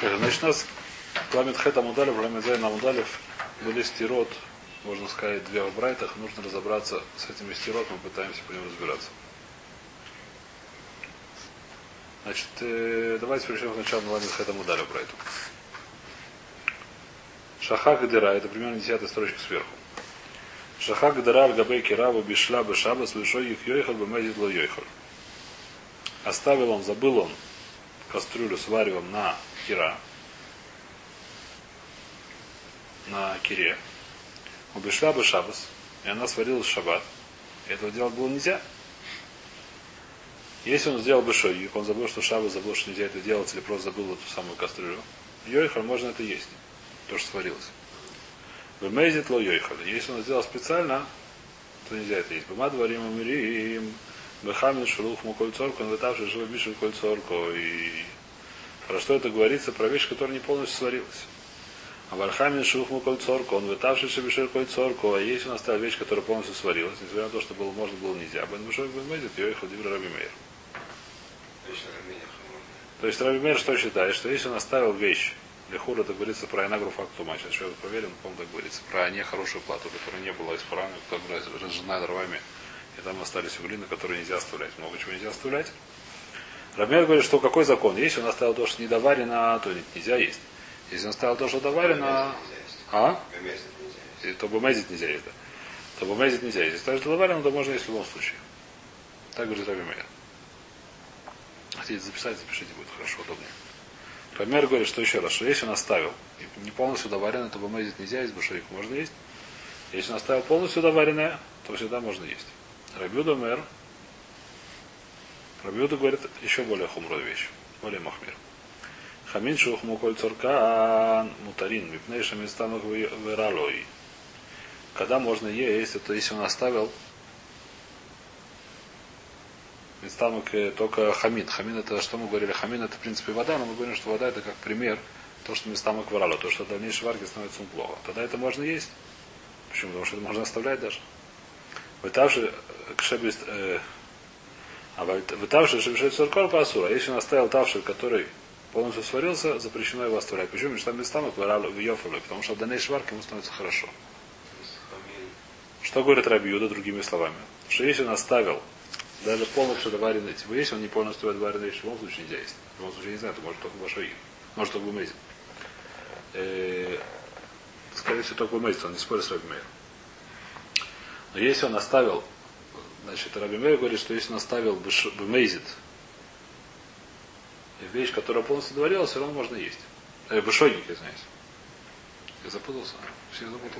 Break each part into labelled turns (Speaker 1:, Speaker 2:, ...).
Speaker 1: Значит, у нас Ламит Хет Амудалев, Ламит Зайн Амудалев были стирот, можно сказать, две в брайтах. Нужно разобраться с этими стирот, мы пытаемся по ним разбираться. Значит, давайте перейдем к началу Ламит Хет Амудалев брайту. Шахак Дыра, это примерно 10-я строчка сверху. Шахак Дыра Аль-Габей Кирава Бишла Бешабас Лишой их Йойхал Бемезид Ло Йойхал. Оставил он, забыл он кастрюлю с варевом на кира, на кире. Убешла бы шабас, и она сварилась в шаббат. Этого делать было нельзя. Если он сделал бы шойик, он забыл, что шаббат, забыл, что нельзя это делать, или просто забыл эту самую кастрюлю, йойхаль можно это есть. То, что сварилось. Бемезит ло йойхаль. Если он сделал специально, то нельзя это есть. Бема дворим умирим. Бехамин шурух муколь цорку, он вытавший живо бишу коль цорку. И про что это говорится? Про вещь, которая не полностью сварилась. А Вархамин шурух муколь цорку, он вытавший шибишир коль цорку. А если он оставил вещь, которая полностью сварилась, несмотря на то, что было можно, было нельзя. Бен бешой бемезит, йойхаль дивер Раби Меир. То есть Раби Меир что считает? Что если он оставил вещь, Лехур, это говорится про инагру фактума. Сейчас еще проверим, помню, так говорится. Про нехорошую плату, которая не была исправлена, которая разжена дровами. И там остались угли, на которые нельзя оставлять. Много чего нельзя оставлять. Раби Меир говорит, что какой закон? Если он оставил то, что не доварено, то нельзя есть. Если он оставил то, что доварено... То бемезит нельзя есть, да. То бемезит нельзя есть. Если то, что доварено, то можно есть в любом случае. Так говорит Раби Меир. Хотите записать, запишите, будет хорошо, удобнее. Раби Меир говорит, что еще раз, что если он оставил не полностью доваренное, то бемезит нельзя есть, бушарик можно есть. Если он оставил полностью доваренное, то всегда можно есть. Раби Юда Мэр. Раби Юда говорит еще более хумрую вещь, более махмир. Хамин шухму коль цоркан мутарин, мипнейша местамах выралой. Когда можно есть, это если он оставил местамах только хамин. Хамин это, что мы говорили, хамин это в принципе вода, но мы говорим, что вода это как пример, то, что местамах вырало, то, что в дальнейшей варке становится плохо. Тогда это можно есть. Почему? Потому что это можно оставлять даже. Вытавший кшебист, вытавший шебешет соркор по асура. Если он оставил тавший, который полностью сварился, запрещено его оставлять. Почему? Потому что там местами в йофалой, потому что в дальнейшей варке ему становится хорошо. Что говорит Раби Юда другими словами? Что если он оставил даже полностью доваренный, типа если он не полностью доваренный, в любом случае нельзя есть. В любом случае, не знаю, то может только большой иг. Может только бумезит. Скорее всего, только бумезит, он не спорит с Раби Меиром. Но если он оставил, значит, Раби Меир говорит, что если он оставил бемейзит, вещь, которая полностью доварилась, все равно можно есть. Бешойник, извиняюсь. Я запутался? Все запутал?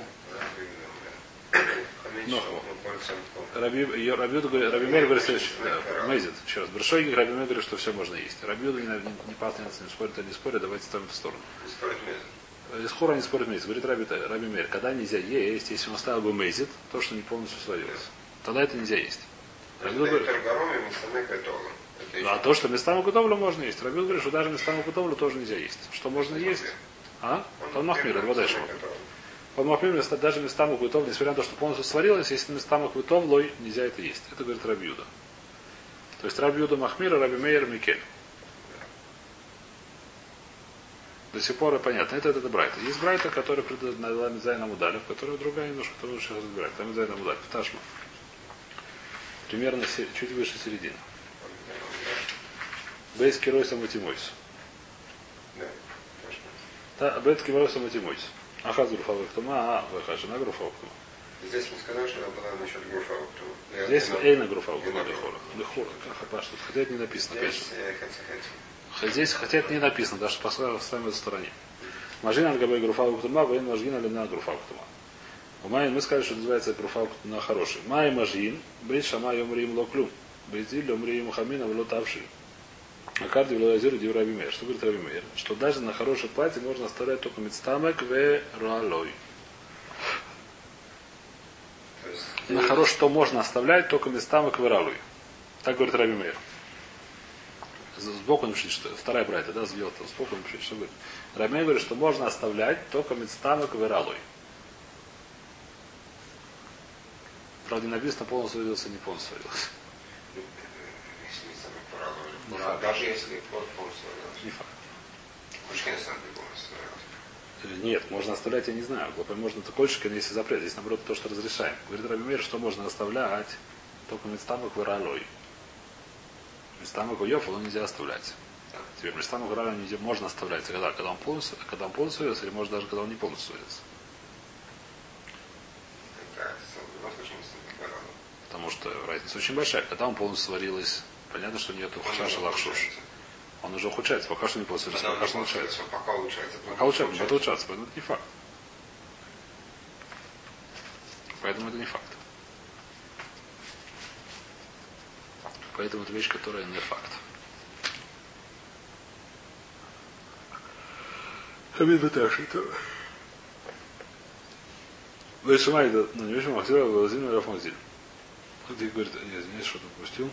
Speaker 1: Раби Меир говорит следующее. Бемейзит, еще раз. Бешойник, Раби Меир говорит, что все можно есть. Раби Юда не паснется, не спорит, а не спорит, давайте ставим в сторону. Исхора не спорит мейзит. Говорит Раби Меир, когда нельзя есть, если он оставил бы мейзит, то, что не полностью сварилось. Тогда это нельзя есть. А то, что местам готовлю, можно есть. Раби говорит, что даже местам готовлю тоже нельзя есть. Что можно есть? Он махмир, это вода шмак. Он махмир, даже местам готовлю, несмотря на то, что полностью сварилось, если местам готовлю, нельзя это есть. Это говорит Раби Юда. То есть Раби Юда махмир, Раби Меир Микель. До сих пор понятно. Это брайта. Есть брайта, который придает на Ламидзайн Амудалев, которая другая немножко, которую сейчас разбирать. Ламидзайн Амудалев. Ташма. Примерно чуть выше середины. Бейс Киройса Матимойс. Бейс Киройса Матимойс. Ахаз Груфавых Тума, Вахашина Груфавых.
Speaker 2: Здесь мы сказали, что она была насчет Груфавых Тума.
Speaker 1: Здесь Эйна Груфавых Тума Лехора. Лехора. Хотя это не написано, конечно. Здесь хотя это не написано, даже по самой стороне. Мажин аль-габай груфаву ктума, вейн мажин аль-на груфаву ктума. У Майи мы сказали, что называется груфаву ктума хороший. Май мажин, брит шама йомриим локлюм. Бритиль йомриим хамина влотавший. А карди влоязиру див Раби Меир. Что говорит Раби Меир? Что даже на хорошем платье можно оставлять только мицтамек ве руалой. На хорошее что можно оставлять только мицтамек ве руалой. Так говорит Раби Меир. Сбоку напишите, что вторая брайта, да, сделал там сбоку напишите, что говорит. Раби Меир говорит, что можно оставлять только мицтамек вералой. Правда, не написано, полностью сварился, не полностью сварился.
Speaker 2: Даже если полностью сварился.
Speaker 1: Не факт.
Speaker 2: Конечно,
Speaker 1: Нет, можно оставлять, я не знаю. Можно это кольчик, если запрет. Здесь, наоборот, то, что разрешаем. Говорит Раби Мейр, что можно оставлять только мецтамок выралой. Мецтамок йофал нельзя оставлять. Теперь мецтамок выралой можно оставлять. Когда он полностью сводится, или может даже когда он не полностью сводится. Потому что разница очень большая. Когда он полностью сварилась, понятно, что нету хашаша лахшуш. Он уже ухудшается, пока что не полностью сводится, пока что улучшается.
Speaker 2: Пока улучшается.
Speaker 1: Пока улучшается, поэтому это не факт. Поэтому это не факт. Поэтому это вещь, которая не факт. Хамид Баташи. Вешамай, ну не вешамай, Махзира, Владимир Рафмазиль. Где говорит, я извиняюсь, что-то пропустил.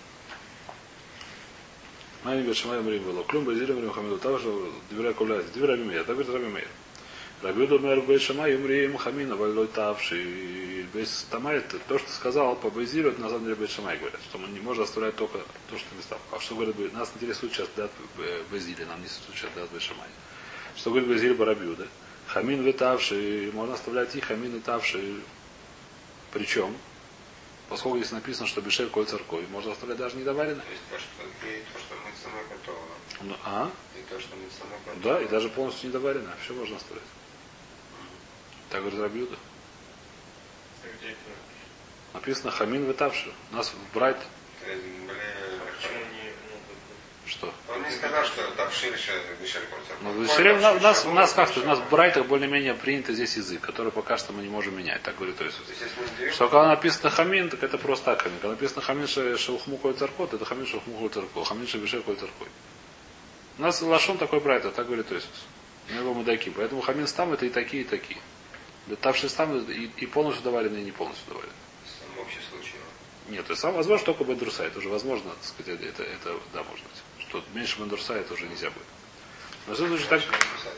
Speaker 1: Майни Вешамай Мрим было. Клюм Базилия Мрим Хамиду Тавша, Дверя Ковляется. Дверя Раби Мейр. Так говорит Раби Мейр. Раби Думер Бешамай Мрим Хамина Валой Тавши. Без Тамай, то, что сказал по Базилию, это на самом деле Бешамай говорят, что мы не можем оставлять только то, что места. А что говорит, нас интересует сейчас дат Базилия, нам не интересует сейчас дат Бешамай. Что говорит Базилий Барабиуда? Хамин витавший, можно оставлять и хамин витавший. Причем, поскольку здесь написано, что бешель коль царкой, можно оставлять даже недоваренное.
Speaker 2: То есть то, что мы самой готово.
Speaker 1: Ну,
Speaker 2: И то, что мы самой готово.
Speaker 1: Да, и даже полностью недоваренное. Все можно оставлять. Так говорит Рабиуда. Написано хамин витавший. У нас в Брайт. Что?
Speaker 2: Он не сказал, что там ширше Мишель
Speaker 1: У нас как-то, у нас в Брайтах более-менее принято здесь язык, который пока что мы не можем менять. Так говорит Иисус. Что когда написано хамин, так это просто так хамин. Когда написано хамин шелхму коль царкот, это хамин шелхму коль царкот. Хамин шебешель коль царкот. У нас лашон такой Брайта, так говорит Иисус. Мы его мудаки. Поэтому хамин стам это и такие, и такие. Тавший стам и полностью доваренные, и не полностью доваренные.
Speaker 2: В общем случае.
Speaker 1: Нет, то есть возможно только бендурса. Это уже возможно, так сказать, это да, может быть. Что меньше бендурса это уже нельзя будет. Но в случае так.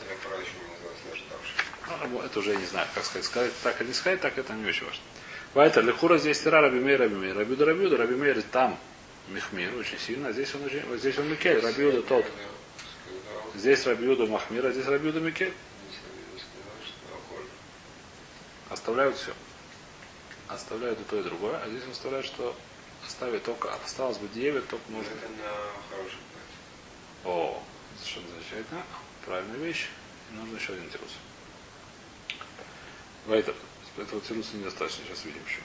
Speaker 1: Это уже я не знаю, как сказать так или не сказать, так это не очень важно. Вайтер, лехура здесь тира Раби Мейр. Раби Мейр там Михмир очень сильно, а здесь он очень, вот здесь он Микель, Рабиуда тот. Здесь Рабиуда Махмир, а здесь Рабиуда Микель. Оставляют все. Оставляют и то, и другое, а здесь он оставляет, что оставить только, осталось бы 9, только нужно.
Speaker 2: Это на хороший путь.
Speaker 1: О, совершенно замечательно. Правильная вещь. И нужно еще один тирус. Вайтер. Этого тируса недостаточно, сейчас видим почему.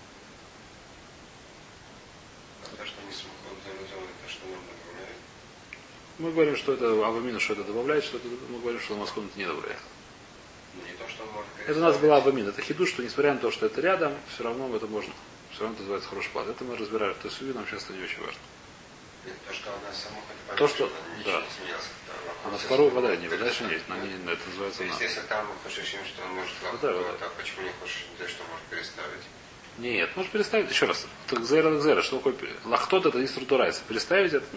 Speaker 2: То, что не смогут зарезонить, то, что нам добавляет.
Speaker 1: Мы говорим, что это авамина, что это добавляет, что это, мы говорим, что Маскон это не добавляет.
Speaker 2: Не то, что он может
Speaker 1: Это у нас была авамина. Это хиду, что несмотря на то, что это рядом, все равно это можно. Все равно это называется хороший плат. Это мы разбираем. То есть нам сейчас это не очень важно.
Speaker 2: То, что она сама хоть
Speaker 1: То, что, да. А на вторую вода не дальше нет. Это называется
Speaker 2: на. Если там хочешь, что он может лахту, так почему не хочешь, что может переставить?
Speaker 1: Нет, может переставить. Еще раз. Гзера. Что такое? Лахтот это не структурается. Переставить это,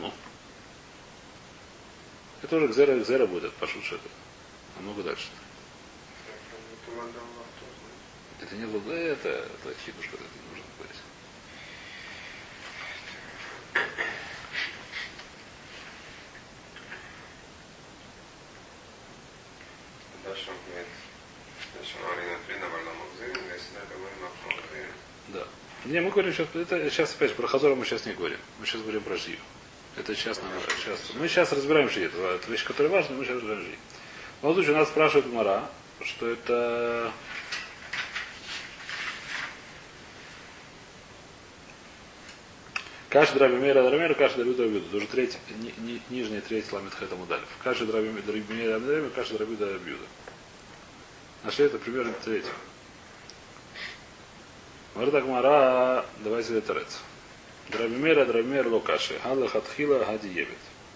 Speaker 1: это уже гзера будет. Это пошут что это. Намного дальше. Это не было, это хидушка, это не нужно говорить.
Speaker 2: Дальше он говорит,
Speaker 1: да. Не, мы говорим сейчас, это сейчас опять про Хазора мы сейчас не говорим. Мы сейчас говорим про Жию. Это сейчас мы сейчас разбираем Жию. Это вещь, которая важна, мы сейчас разбираем Жию. В любом случае, у нас спрашивает Мара, что это Каши Драби Мейра, Каши Драби. Уже нижняя треть ламит хэтам удалев. Каши Драби Мейра, Каши Драби Дабиуда. Нашли это примерно третье. Мара Мара, давайте литерец. Драби Мейр Локаши. Хадла Хатхила Хади Ебет.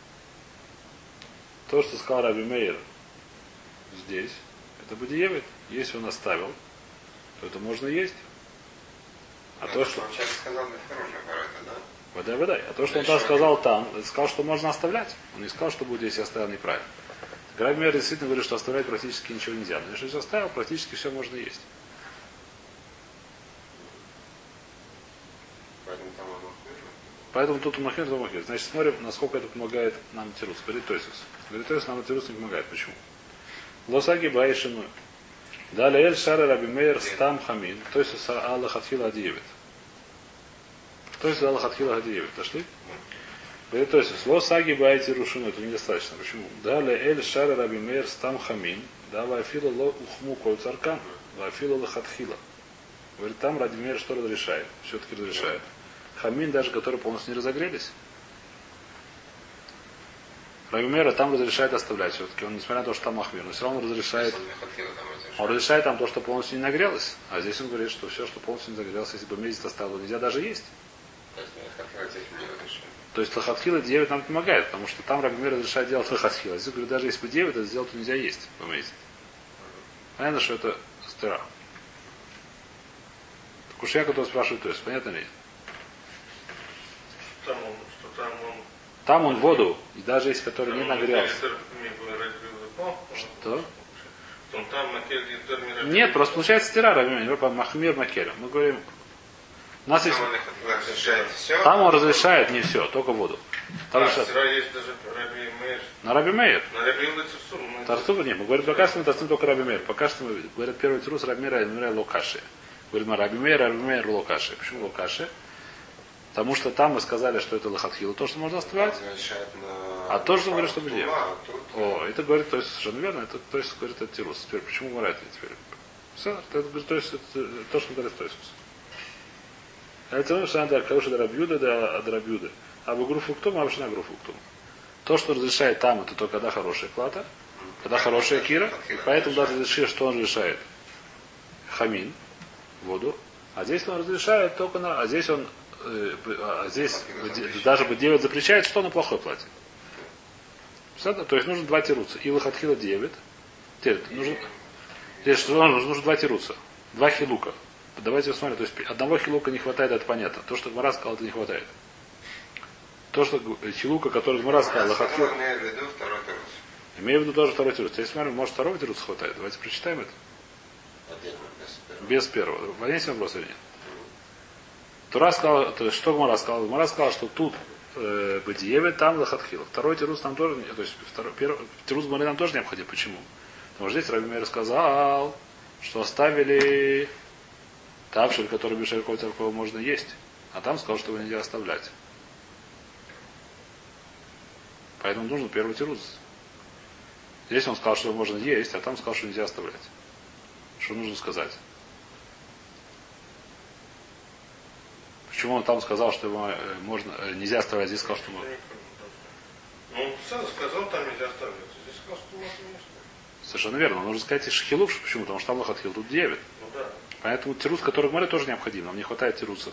Speaker 1: То, что сказал Раби Мейр здесь, это Будиевит. Если он оставил, то это можно есть. А то, что...
Speaker 2: Он сейчас сказал, это хорошая барата, да?
Speaker 1: Вода. А то, что он там сказал там, сказал, что можно оставлять. Он не сказал, что будет, если оставил неправильно. Раби Мейр действительно говорит, что оставлять практически ничего нельзя. Но если оставил, практически все можно есть. Поэтому тут Махмир, то Махмир. Значит, смотрим, насколько это помогает нам Тирус. Говорит Тойсус. Говорит Тойсус, нам Тирус не помогает. Почему? Лосаги Баишину. Далее Эль Шара Рабимейр Стам Хамин. То есть Аллах Хатхила Адиевит. То есть Аллах Хатхила Адиевит. Дошли? То есть Лосаги Баити Рушину. Это недостаточно. Почему? Далее Эль Шара Рабимейр Стам Хамин. Да, Вафила Ло Ухму Коль Царкан. Вафила Лахатхила. Говорит, там Рабимейр что разрешает? Все-таки разрешает. Хамин даже, которые полностью не разогрелись. Рабимейра там разрешает оставлять все-таки. Он, несмотря на то, что там махмир, но все равно разрешает. Он разрешает там то, что полностью не нагрелось. А здесь он говорит, что все, что полностью не загрелось, если бы мезит оставил, нельзя даже есть. То есть лахатхила 9 нам помогает, потому что там Рабимейр разрешает делать лахатхила. Здесь говорит, даже если бы 9 это сделать, то нельзя есть по мезит. Понятно, что это стыра. Так уж я, который спрашивает, то есть, понятно ли? Там он воду, и даже если который не нагрелся. Что? Нет, просто получается стира, махмир макель. Мы говорим, у нас есть... Там он разрешает не все, только воду. Там
Speaker 2: стира есть даже Рабимейр.
Speaker 1: На Рабимейр.
Speaker 2: На Рабимейр
Speaker 1: Тарцур нет, мы говорим, пока что мы тарцуем только Рабимейр. Пока что мы говорим первый трус Рабимейра Локаши. Говорим Рабимейр Локаши. Почему Локаши? Потому что там мы сказали, что это лохатхила, то, что можно оставлять. А то, что говорит, что мы делаем. О, это говорит, то есть совершенно верно, это то есть говорит это тирус. Теперь почему говорят теперь? Все, это говорит, то есть это то, что говорит Тойсус. Это ну, что надо хороший дарабьюда, да дарабьюда. А в игру фуктум, а вообще на игру фуктум. То, что разрешает там, это только когда хорошая плата, когда хорошая кира. И поэтому даже разрешили, что он разрешает. Хамин, воду. А здесь он разрешает только на. А здесь он здесь даже бы 9 запрещает, что на плохой платье. То есть нужно 2 тируца. И лохатхила 9. Нужно 2 тируца. 2 хилука. Давайте посмотрим. То есть одного хилука не хватает, это понятно. То, что Гмара сказал, это не хватает. То, что хилука, который Гмара сказал, лохатхила. Имею в виду тоже второй тируц. Если смотрим, может второго тируца хватает. Давайте прочитаем это. Без первого. Понятен вопрос или нет? Тура сказал, то есть, что Гмара сказал? Гмара сказал, что тут Бадиеве, там лохатхила. Второй тирус там тоже, то есть тирус Гмары нам тоже необходим. Почему? Потому что здесь Рабимейр сказал, что оставили тавшель, который без шариков церковь можно есть. А там сказал, что его нельзя оставлять. Поэтому нужен первый тирус. Здесь он сказал, что его можно есть, а там сказал, что нельзя оставлять. Что нужно сказать? Почему он там сказал, что его можно, нельзя оставлять, здесь сказал, что можно?
Speaker 2: Ну, он сказал, там нельзя оставлять. Здесь сказал, что можно не оставлять.
Speaker 1: Совершенно верно. Нужно сказать и шхилук, почему? Потому что там лохатхил, тут 9.
Speaker 2: Ну да.
Speaker 1: Поэтому тирус, который в море, тоже необходим. Нам не хватает тируса.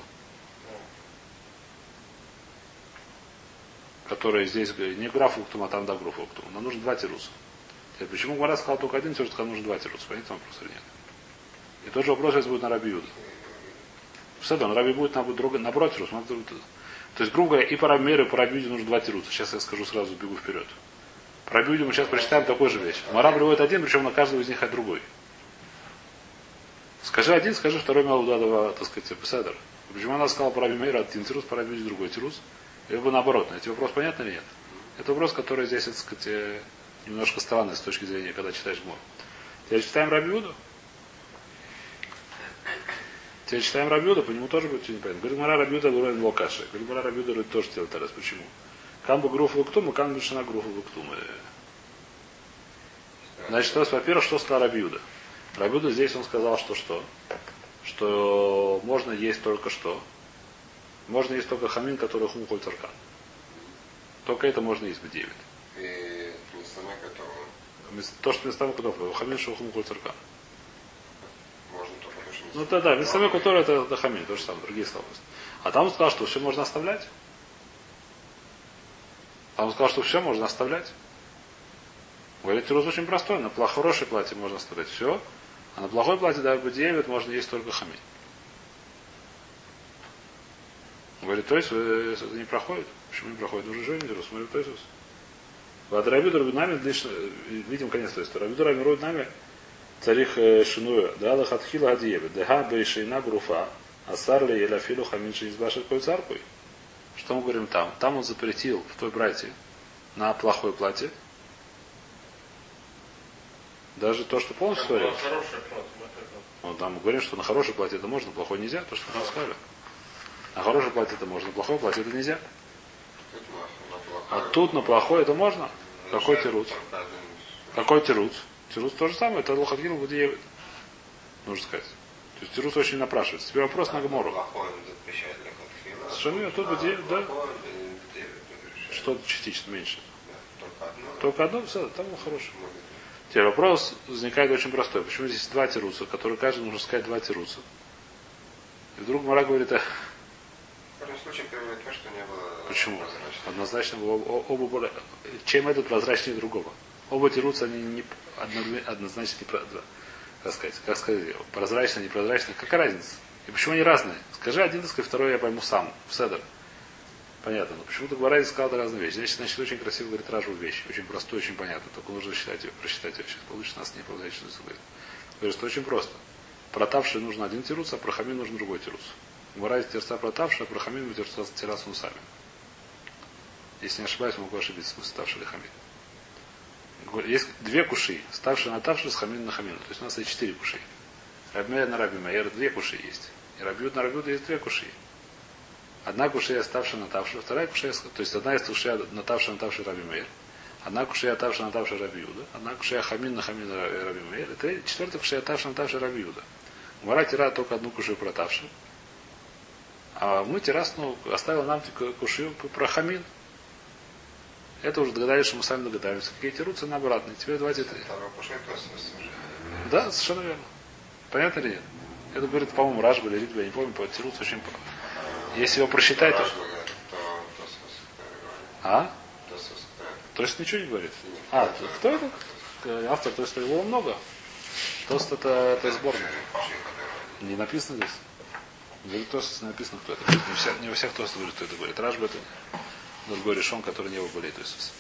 Speaker 1: Который здесь не графуктум, а там да графуктум. Нам нужно 2 тируса. Теперь, почему Гмара сказал только 1 тирус, сказал, нужно 2 тируса? Понятно вопрос или нет? И тот же вопрос сейчас будет на Раби Юду. Все, он Раби будет наоборот тирус. То есть, грубо говоря, и по Рабимейру, и по Раби Юде нужно 2 тируса. Сейчас я скажу сразу, бегу вперед. По Раби Юде мы сейчас прочитаем такую же вещь. Мара приводит 1, причем на каждого из них от другой. Скажи 1, скажи второй Мелудадова, так сказать, Песедер. Почему она сказала по Рабимейру 1 тирус, по Раби Юде другой тирус? Или бы наоборот. Эти вопрос понятно или нет? Это вопрос, который здесь, так сказать, немножко странный с точки зрения, когда читаешь Гмор. Теперь читаем Раби Юду. Теперь читаем Раби Юду, по нему тоже будет что-нибудь понятно. Говорит, Мара Раби Юда говорит Локаши. Говорит, Мара Раби Юда тоже делает раз. Почему? Камбу груфу луктум, и камбу шана груфу луктум. Значит, во-первых, что сказал Раби Юда? Раби Юда здесь он сказал, что что? Что можно есть только что? Можно есть только хамин, который хум коль царкан. Только это можно есть в 9.
Speaker 2: И местами которого?
Speaker 1: То, что местами которого. Хамин, что хум коль царкан.
Speaker 2: Можно только то, что
Speaker 1: ну да, местами которого это хамин, то же самое, другие слова. А там он сказал, что все можно оставлять. Там он сказал, что все можно оставлять. Говорит, тирус очень простой. На хорошее платье можно оставлять все, а на плохое платье, даже в 9 можно есть только хамин. Говорит, то есть это не проходит. Почему не проходит? Уже живем тирус. Смотрим, то есть. В Рабиуду Рабинами, видим конец, то есть Рабиуду Рабинами царих шинуя, да, лахатхила гадиеве, дега бейшейна груфа, асарли еляфилу хаминши избашет кой царкой. Что мы говорим там? Там он запретил в той братье на плохое платье. Даже то, что полностью
Speaker 2: Там была
Speaker 1: сварилось.
Speaker 2: хорошая плата, мы так вот.
Speaker 1: Ну, там мы говорим, что на хорошей плате это можно, плохой нельзя, то, что мы там сказали. На хорошей плате это можно, на плохой плате это нельзя. А тут на плохой это можно? Какой тирус? Какой тирус? Тирус то же самое, это лохатгил будет нужно сказать. То есть тирус очень напрашивается. Теперь вопрос на Гмору. Совершенно верно, тут будет, да? Что-то частично меньше. Только одно, все, там было хорошее. Теперь вопрос возникает очень простой. Почему здесь два тируса, которые каждый нужно сказать два тируса? И вдруг Мара говорит,
Speaker 2: В этом случае первое то, что не было.
Speaker 1: почему? Однозначно оба были. Чем этот прозрачнее другого? Оба тируса, они не однозначно не как сказать, прозрачно, непрозрачно. Какая разница? И почему они разные? Скажи один, так сказать, второй я пойму сам. В седер. Понятно. Но почему-то Гварайди сказал это разные вещи. Значит, очень красиво говорит Ражу вещь. Очень простой, очень понятно. Только нужно считать ее, просчитать ее. Сейчас получится нас не прозрачно говорит. Говорит, что очень просто. Протавший нужно один тирус, а про хамин нужен другой тирус. Гварайди терца протавший, а про хамин мы терца нусами. Если не ошибаюсь, могу ошибиться, смысл ставший или хамин. Есть две куши. Ставший на тавший с хамин на хамину. То есть у нас есть 4 куши. Рабмея на Раби Майер 2 куши есть. И Рабиуд на Рабиуда есть 2 куши. Одна кушия ставшая на тавшую, вторая кушия, то есть одна из кушия на тавшую Раби Мейер, одна кушия тавшая на тавшую Раби Юда, одна кушия хамин на хамин Раби Мейер, и четвертая кушия тавшая на тавшую Раби Юда. Гмара тира только одну кушию про тавшую. А мы террас, оставил нам кушию про хамин. Это уже догадались, что мы сами догадаемся. Какие тируцы на обратные. Теперь давайте это. Да, совершенно верно. Понятно или нет? Это говорит, по-моему, Рашба или Ритба, я не помню, по тируц очень. Если его просчитать, то... А? То есть ничего не говорит. А, кто это? Автор, то есть его много. Тост это сборная. Не написано здесь. Говорит, тост написано, кто это. Не во всех тостах говорит, кто это говорит. Рашба это другой решен, который не его болеет. То есть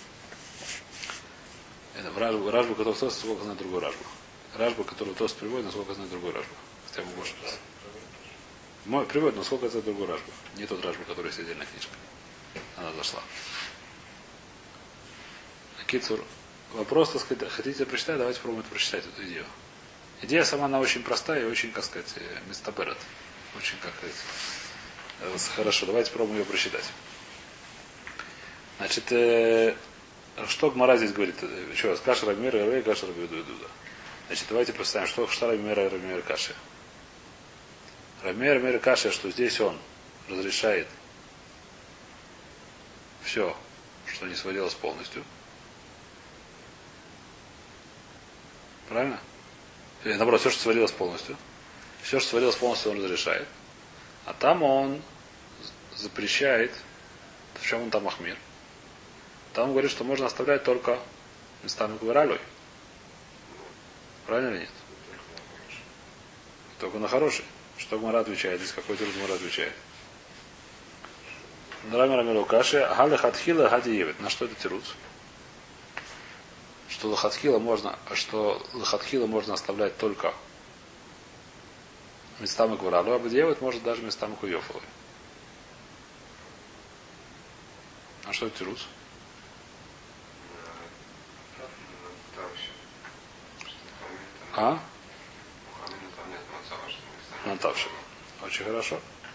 Speaker 1: это Рашба, который тост, сколько знает другой Рашба. Рашба, который тост приводит, насколько знает другой Рашба. Хотя бы больше. Мой приводит, но сколько это другой Рашба. Не тот Рашба, который есть отдельная книжка. Она зашла. Кицур. Вопрос, так сказать, хотите прочитать, давайте попробуем прочитать эту идею. Идея сама, она очень простая и очень, как сказать, мистаберет. Очень, как сказать, хорошо. Давайте попробуем ее прочитать. Значит, что Гмара здесь говорит? Еще раз, каша Рабимир, Рэй, каша Рабиуда. Значит, давайте представим, что Рабимир, Рабимир, каша. Рабимир, каша, что здесь он разрешает все, что не сводилось полностью. Правильно? Или наоборот, все, что сварилось полностью. Все, что сварилось полностью, он разрешает. А там он запрещает, в чем он там ахмир. Там он говорит, что можно оставлять только местами гваралой. Правильно или нет? Только на хороший. Что Гмара отвечает? Здесь какой тирус Гмара отвечает? Нрами рамилу каши, галя хатхила гади евет. На что это тирус? Что лохатхила можно оставлять только местами гваралой, а бадиевет может даже местами куйофовой. А что это тирус? А? Натавший. Очень хорошо.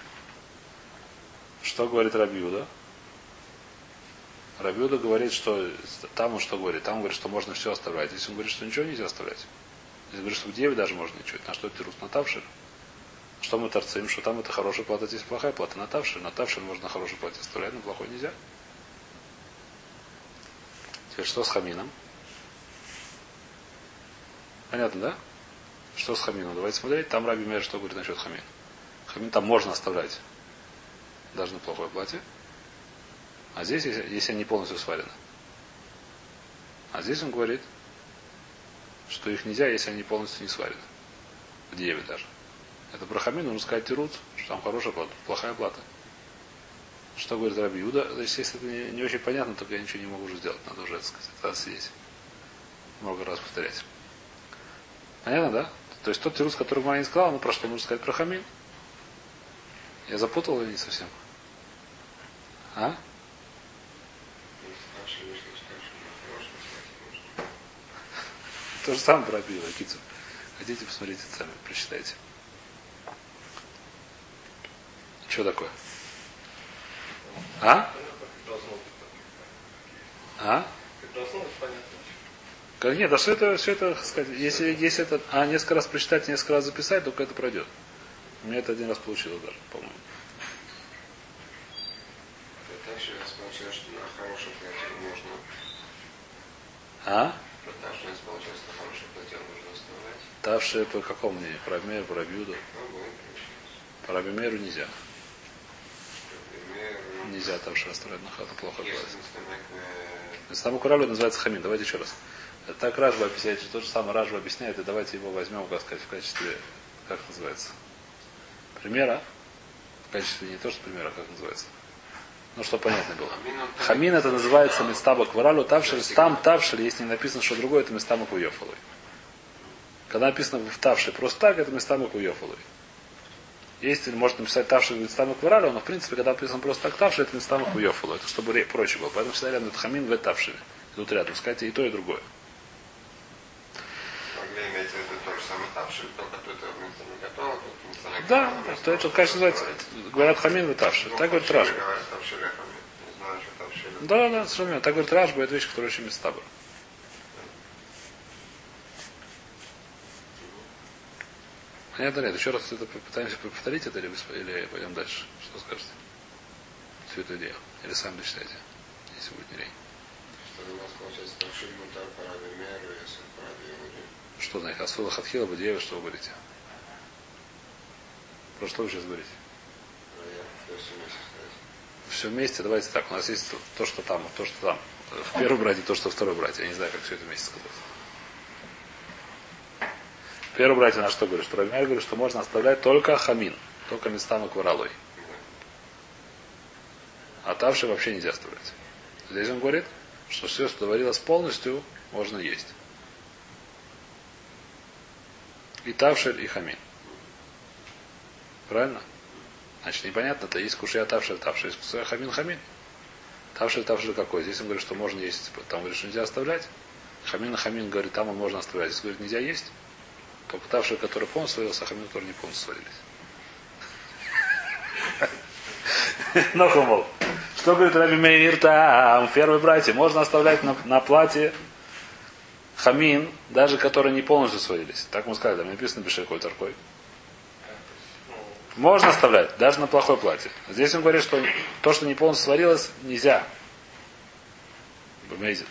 Speaker 1: Что говорит Рабиуда? Рабиуда говорит, что там он что говорит? Там он говорит, что можно все оставлять. Здесь он говорит, что ничего нельзя оставлять. Здесь говорит, что в деве даже можно ничего. На что это тирус? Натавший. Что мы торцим? Что там это хорошая плата, здесь плохая плата. Натавший. Натавший можно на хорошей плате оставлять, но плохой нельзя. Теперь что с хамином? Понятно, да? Что с хамином? Давайте смотреть. Там Раби Мейер что говорит насчет хамина. Хамин там можно оставлять. Даже на плохой плате. А здесь, если они полностью сварены. А здесь он говорит, что их нельзя, если они полностью не сварены. В деве даже. Это про хамин нужно сказать тирут, что там хорошая плата, плохая плата. Что говорит Раби Юда? Значит, если это не очень понятно, то я ничего не могу уже сделать. Надо уже, так сказать, это сидеть. Много раз повторять. Понятно, да? То есть тот тирус, который Гмара не сказал, ну про что нужно сказать про хамин? Я запутал или не совсем? А? То же самое про Рабиуда, Кицу. Хотите, посмотрите сами, прочитайте. Что такое? А? А? Как нет, а все это, сказать, если это, несколько раз прочитать, несколько раз записать, только это пройдет. У меня это один раз получилось даже, по-моему.
Speaker 3: Также я получилось, что на хорошем платье можно.
Speaker 1: А?
Speaker 3: Также я получилось, что на хорошем платье можно оставлять.
Speaker 1: Тавшие по какому мнению? Про Абимейру, про Рабиуду? Про Абимейру нельзя. Нельзя тавшие оставлять на хату, плохо платье. Саму Куралю называется хамин. Давайте еще раз. Так Ражба объясняет, что то же самое Ражба объясняет, и давайте его возьмем, как сказать, в качестве, как называется, примера. В качестве не то, что примера, как называется. Ну, чтобы понятно было. Хамин это называется местаба кваралу, тавшель, там тавшель, если не написано, что другое, это местама куйофалой. Когда написано в тавшель просто так, это местама куйофалой. Если может написать тавшель местама кваралу, но в принципе, когда написано просто так тавшель, это местама куйофалой. Это чтобы проще было. Поэтому всегда рядом это хамин в тавшеле. Тут рядом, сказать и то, и другое.
Speaker 3: Могли иметь в виду то же самое тавшель, только тут это вместо не готово, тут вместо не
Speaker 1: да, то это, конечно, называется, говорят хамин в тавшель. Так говорит Ражба. Да, совершенно верно. Так говорит Ражба, это вещь, которая очень местаба. Понятно нет? Еще раз это попытаемся повторить это или пойдем дальше? Что скажете? Всю эту идею. Или сами дочитайте, если будет не лень.
Speaker 3: Что у нас получается тавшель мутар параби меру, если параби иуди.
Speaker 1: Что на их асула хатхила бадеева, что вы говорите? Про что вы сейчас говорите? Все вместе, давайте так. У нас есть то, что там, то, что там. В первом брате, то, что в втором брате. Я не знаю, как все это вместе сказать. В первом брате на что говорит? Что Рабимер говорит, что можно оставлять только хамин, только местами кваралой. А тавши вообще нельзя оставлять. Здесь он говорит, что все, что доварилось полностью, можно есть. И тавшель, и хамин. Правильно? Значит, непонятно-то, есть кушая тавшель, тавшель, есть кушая хамин, хамин. Тавшель какой? Здесь он говорит, что можно есть, там говорит, что нельзя оставлять. Хамин говорит, там он можно оставлять. Здесь говорит, нельзя есть. Только тавшель, который полностью сварился, а хамин, который не полностью сварились. Но хумол. Что говорит Раби Меир там? Первые братья, можно оставлять на платье хамин, даже которые не полностью сварились. Так мы сказали, там написано бешекой таркой. Можно оставлять, даже на плохое платье. Здесь он говорит, что то, что не полностью сварилось, нельзя. Бемейзит.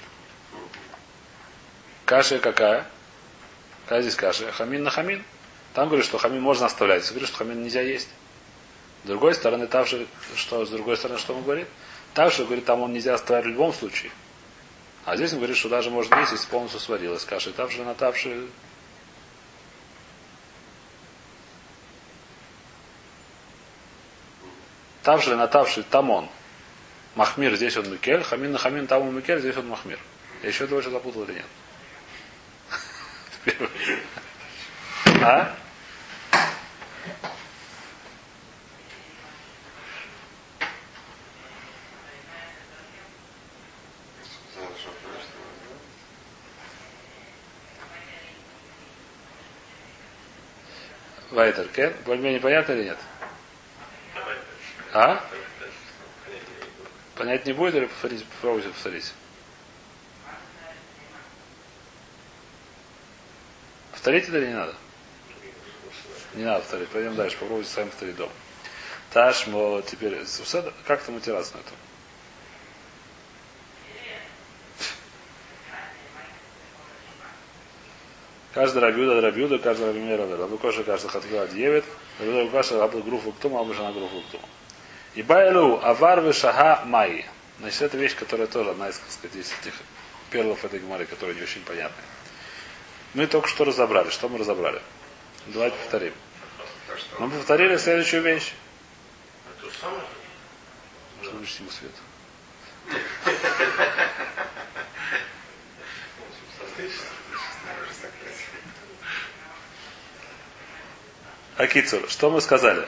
Speaker 1: Каша какая? Какая здесь каша? Хамин на хамин. Там говорит, что хамин можно оставлять. Здесь говорит, что хамин нельзя есть. С другой стороны, тавши, что он говорит? Тавши говорит, там он нельзя оставлять в любом случае. А здесь он говорит, что даже можно есть, если полностью сварилась каша. Тавши на тавши. Тавши на тавши тамон. Махмир, здесь он микель. Хамин на хамин, там он микель, здесь он махмир. Я еще этого запутал или нет? А? Вайтер, кен? Более-менее понятно или нет? А? Понять не будет или попробуйте повторить? Повторить это или не надо? Не надо повторить. Пойдем дальше. Попробуйте сами повторить дома. Ташмо, теперь, как там утираться на этом? Каждый рабиуда, каждый рабимер рабер. Рабу коша, каждый хатхила дьевет. Рабиуда коша, рабу груфу ктума, рабу шана груфу ктума. И байлу аварвы шага майи. Значит, это вещь, которая тоже одна из, так сказать, из этих перлов этой гмары, которые не очень понятны. Мы только что разобрали. Что мы разобрали? Давайте повторим. Мы повторили следующую вещь. Что выключить ему свет? Акицур, что мы сказали?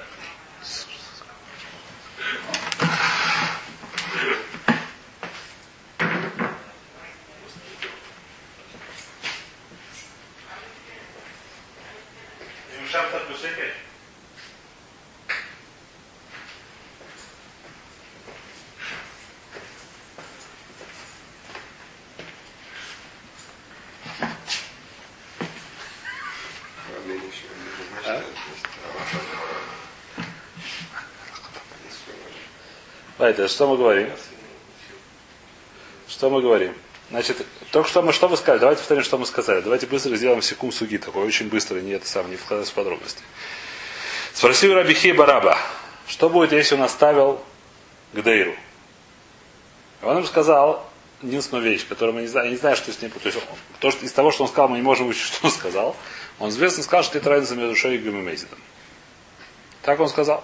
Speaker 2: Шаббат так высокий.
Speaker 1: Давайте, что мы говорим? Что мы говорим? Значит, только что мы сказали? Давайте повторим, что мы сказали. Давайте быстро сделаем секунд суги, такой очень быстро, не это сам, не вкладываясь в подробности. Спросил Рабихи Бараба, что будет, если он оставил Гдейру? Он им сказал единственную вещь, которую мы не знаем, я не знаю, что с ним. То есть, то, что, из того, что он сказал, мы не можем учить, что он сказал. Он известно сказал, что это разница между Шойгом и Мейзидом. Так он сказал.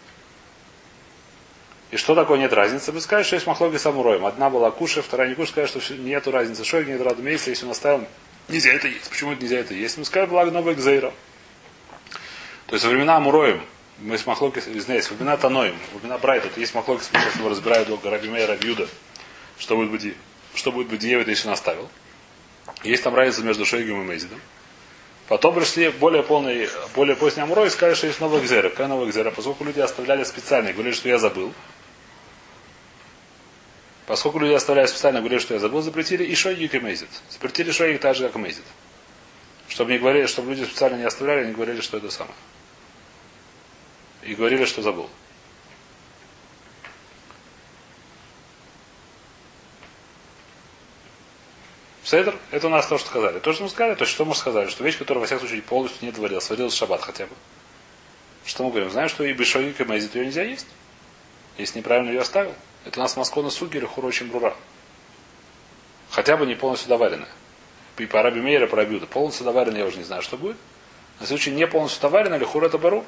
Speaker 1: И что такое нет разницы? Вы скажете, что есть махлоги с Амуроем. Одна была куша, вторая не куша. Скажет, что нету разницы. Шойг нет рада месяца, если он оставил, нельзя это есть. Почему это нельзя это есть? Мы скажем, благо новый Гзейра. То есть во времена Амуроем, мы с махлоги, извиняюсь, во времена Таноем, во времена Брайта, есть махлоги, сейчас его разбирают Раби Меир, Раби Юда. Что будет быть если он оставил. Есть там разница между Шойгом и Мейзидом. Потом пришли более поздние Амурой и сказали, что есть новый Гзейра. Какая новая Гзейра? Поскольку люди оставляли специально, говорили, что я забыл. Поскольку люди оставляли специально, говорили, что я забыл, запретили и Шойгик и Мейзид. Запретили Шойгик так же, как и Мейзид. Чтобы не говорили, чтобы люди специально не оставляли, не говорили, что это самое. И говорили, что забыл. Седр, это у нас то, что сказали. То, что мы сказали, то, что мы сказали, что вещь, которая, во всяком случае, полностью не творилась, сварилась в шаббат хотя бы. Что мы говорим? Знаем, что и Бешойгик и Мейзид ее нельзя есть. Если неправильно ее оставил. Это у нас Маскона Суги или Хура очень брура. Хотя бы не полностью доваренная. И по Раби Мейра, по Раби Юда. Полностью доваренная, я уже не знаю, что будет. На случай не полностью доваренная, или Хура это бару.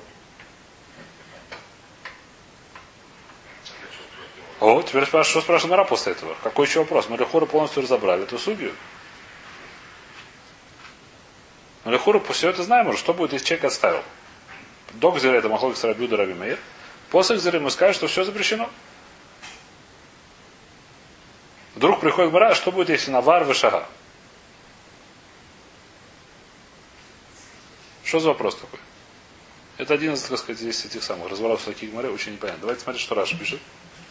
Speaker 1: О, теперь что спрашивает Мара после этого? Какой еще вопрос? Мы Лехура полностью разобрали эту Сугию. Но Лехура все это знаем уже. Что будет, если человек оставил? До Гзеры это Махлок с Раби Юда, Раби Мейр. После Гзеры мы скажем, что все запрещено. Вдруг приходит Мара, что будет, если навар в шага? Что за вопрос такой? Это один из, так сказать, из этих самых разворотов таких Мары, очень непонятно. Давайте смотреть, что Раша пишет.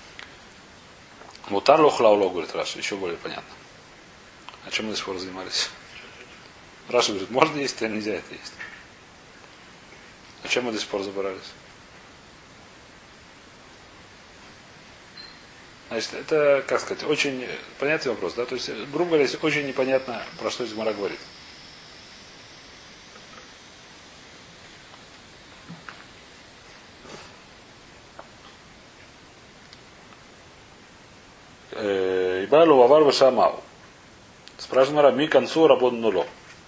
Speaker 1: Мутар лохлауло, говорит Раша, еще более понятно. О чем мы до сих пор занимались? Раша говорит, можно есть, а нельзя это есть. О чем мы до сих пор забирались? Значит, это, как сказать, очень понятный вопрос, да? То есть, грубо говоря, очень непонятно, про что Гмара говорит. Ибалу вавар вашамау. Спрашивает Мара, ми концу работу нуло.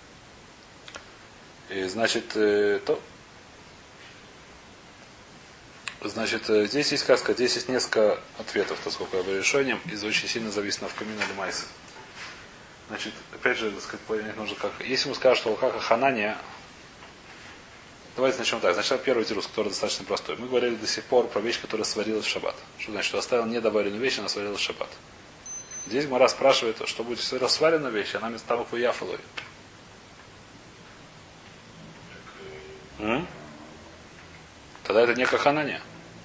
Speaker 1: И, значит, здесь есть, как сказать, здесь есть несколько ответов, поскольку я был решением, и очень сильно зависит на вкамина или майса. Значит, опять же, так сказать, понять нужно как. Если мы скажем, что Лхаха Ханания, давайте начнем так. Значит, первый тирус, который достаточно простой. Мы говорили до сих пор про вещь, которая сварилась в шаббат. Что значит, что оставил недоваренную вещь, она сварилась в шаббат. Здесь Мара спрашивает, что будет, если рассваренная вещь, она вместо того, как яфалой. Тогда это не каханания.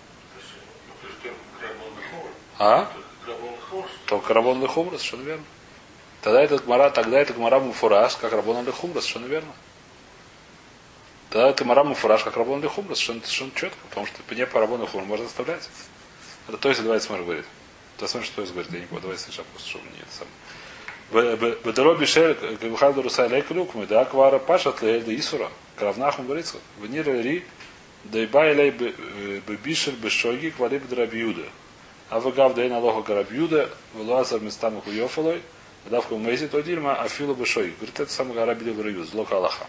Speaker 1: А? Только Рабон Лехумрас, совершенно верно. Тогда это Гмара Муфураж, как Рабон Лехумрас, совершенно верно. Тогда это Гмара Муфураж, как Рабон Лехумрас, совершенно четко, потому что не по Рабону Лехумрас можно оставлять. Это то есть, давайте смотрим, говорит. То смотри, что говорит, я не понял, давайте сначала просто, чтобы не это самое. Бедороби Шель, Габихаду Русай Лейкалюк, мы да Аквара Пашат Лейда Исура, Кравнахум говорится, Венир Ри, Дайбай Лей Бешель Бешоги, Квалиб Драбиуда. А выгав да и налога Гарабьюда, вылазар местами хуёфалой, давка в Мейзи, то дильма, а фила Бешоги. Говорит, это самый Гарабида Гарабьюд, зло Аллаха.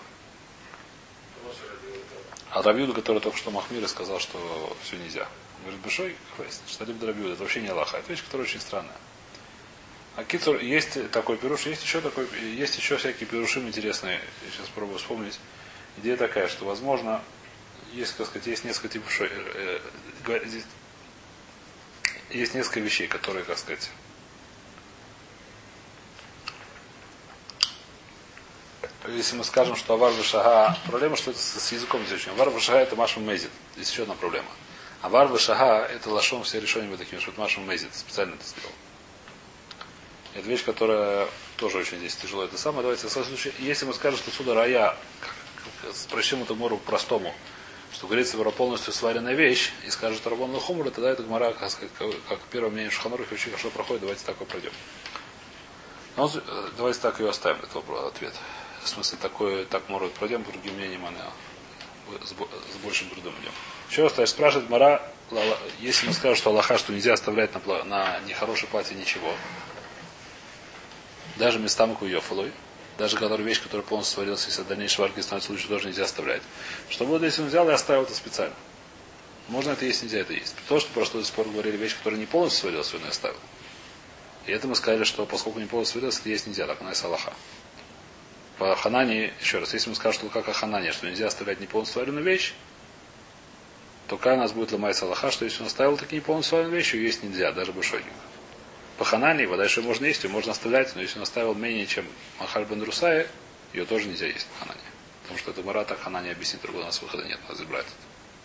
Speaker 1: А Рабьюда, который только что Махмир сказал, что все нельзя. Говорит, Бешой, что либо Драбьюда, это вообще не Аллаха. Это вещь, которая очень странная. А Кицур, есть такой пируш, есть еще всякие пирушим интересные. Я сейчас пробую вспомнить. Идея такая, что возможно, есть, так сказать, есть несколько типов есть несколько вещей, которые, как сказать, если мы скажем, что авар вешага, проблема, что это с языком здесь очень. Авар вешага это машем мезит. Есть еще одна проблема. Авар вешага это лашон все решения вы такими, что это машем мезит. Специально это сделал. Это вещь, которая тоже очень здесь тяжело. Это самое. Давайте в случае, если мы скажем, что сюда рая, спросим эту мору по-простому, что говорится про полностью сваренная вещь, и скажет Рабон Лахумра, тогда это гмара, как первое мнение Шуханурах, очень хорошо проходит, давайте так и пройдем. Но давайте так ее оставим, этот ответ. В смысле, так может пройдем, по другим мнениям, с большим трудом идем. Еще раз, спрашивает Мара, если мы скажем, что Аллаха, что нельзя оставлять на нехорошей платье ничего, даже местам куйофалой, даже когда вещь, которая полностью сварилась, если дальнейшей варки становится лучше, тоже нельзя оставлять. Что будет, если он взял и оставил это специально? Можно это есть, нельзя это есть. То, что просто до сих пор говорили вещь, которая не полностью сварилась, он и оставил. И это мы сказали, что поскольку не полностью сварилась, это есть нельзя, так она из Аллаха. По Ханане, еще раз, если мы скажем, что как о Ханане, что нельзя оставлять неполностью сваренную вещь, то какая у нас будет ломать Аллаха, что если он оставил такие неполностью сваренную вещь, ее есть нельзя, даже бешойник. По Ханане, вода еще можно есть, ее можно оставлять, но если он оставил менее, чем Махаль бен Русая, ее тоже нельзя есть по Ханане. Потому что это Мара так Ханане объяснит, другого у нас выхода нет, надо забрать это.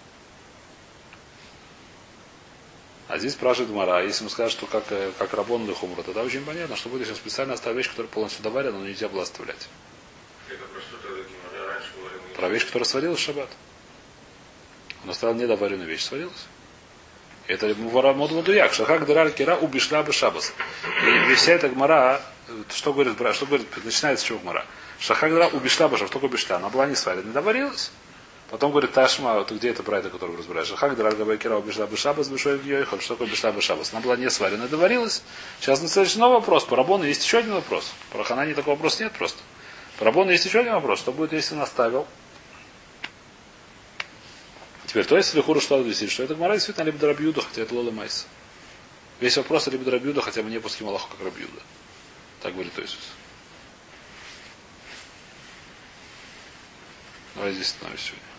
Speaker 1: А здесь спрашивает Мара, если мы скажем, что как Рабон или Хумра, тогда очень понятно, что будет, если специально оставить вещь, которая полностью доварена, но нельзя было оставлять.
Speaker 2: Это просто тогда Гимара раньше говорил.
Speaker 1: Про вещь, которая сварилась в шаббат. Он оставил недоваренную вещь, сварилась. Это Мудуяк, Шахак Дераль Кира убишла бы шабас. И вся эта гмара, что говорит, начинается с чего гмара? Шахак Дераль убишла бы шабас, что такое убишла? Она была не сварена, не доварилась. Потом говорит Ташма, вот где это брайта, который разбираешь? Шахак Дераль Габай Кира убишла бы шабас, бешой Йойхоль, что такое убишла бы шабас? Она была не сварена, доварилась. Сейчас следующий новый вопрос. По Рабону есть еще один вопрос. По Ханане такого вопроса нет просто. По Рабону есть еще один вопрос. Что будет, если он оставил? Теперь, то есть Лихура что объяснить, что это Гмара действительно либо Рабьюда, хотя это Лола Майс. Весь вопрос либо Рабьюда, хотя бы не пуским Аллаху как Рабьюда. Так говорит Иисус. Давай здесь остановимся сегодня.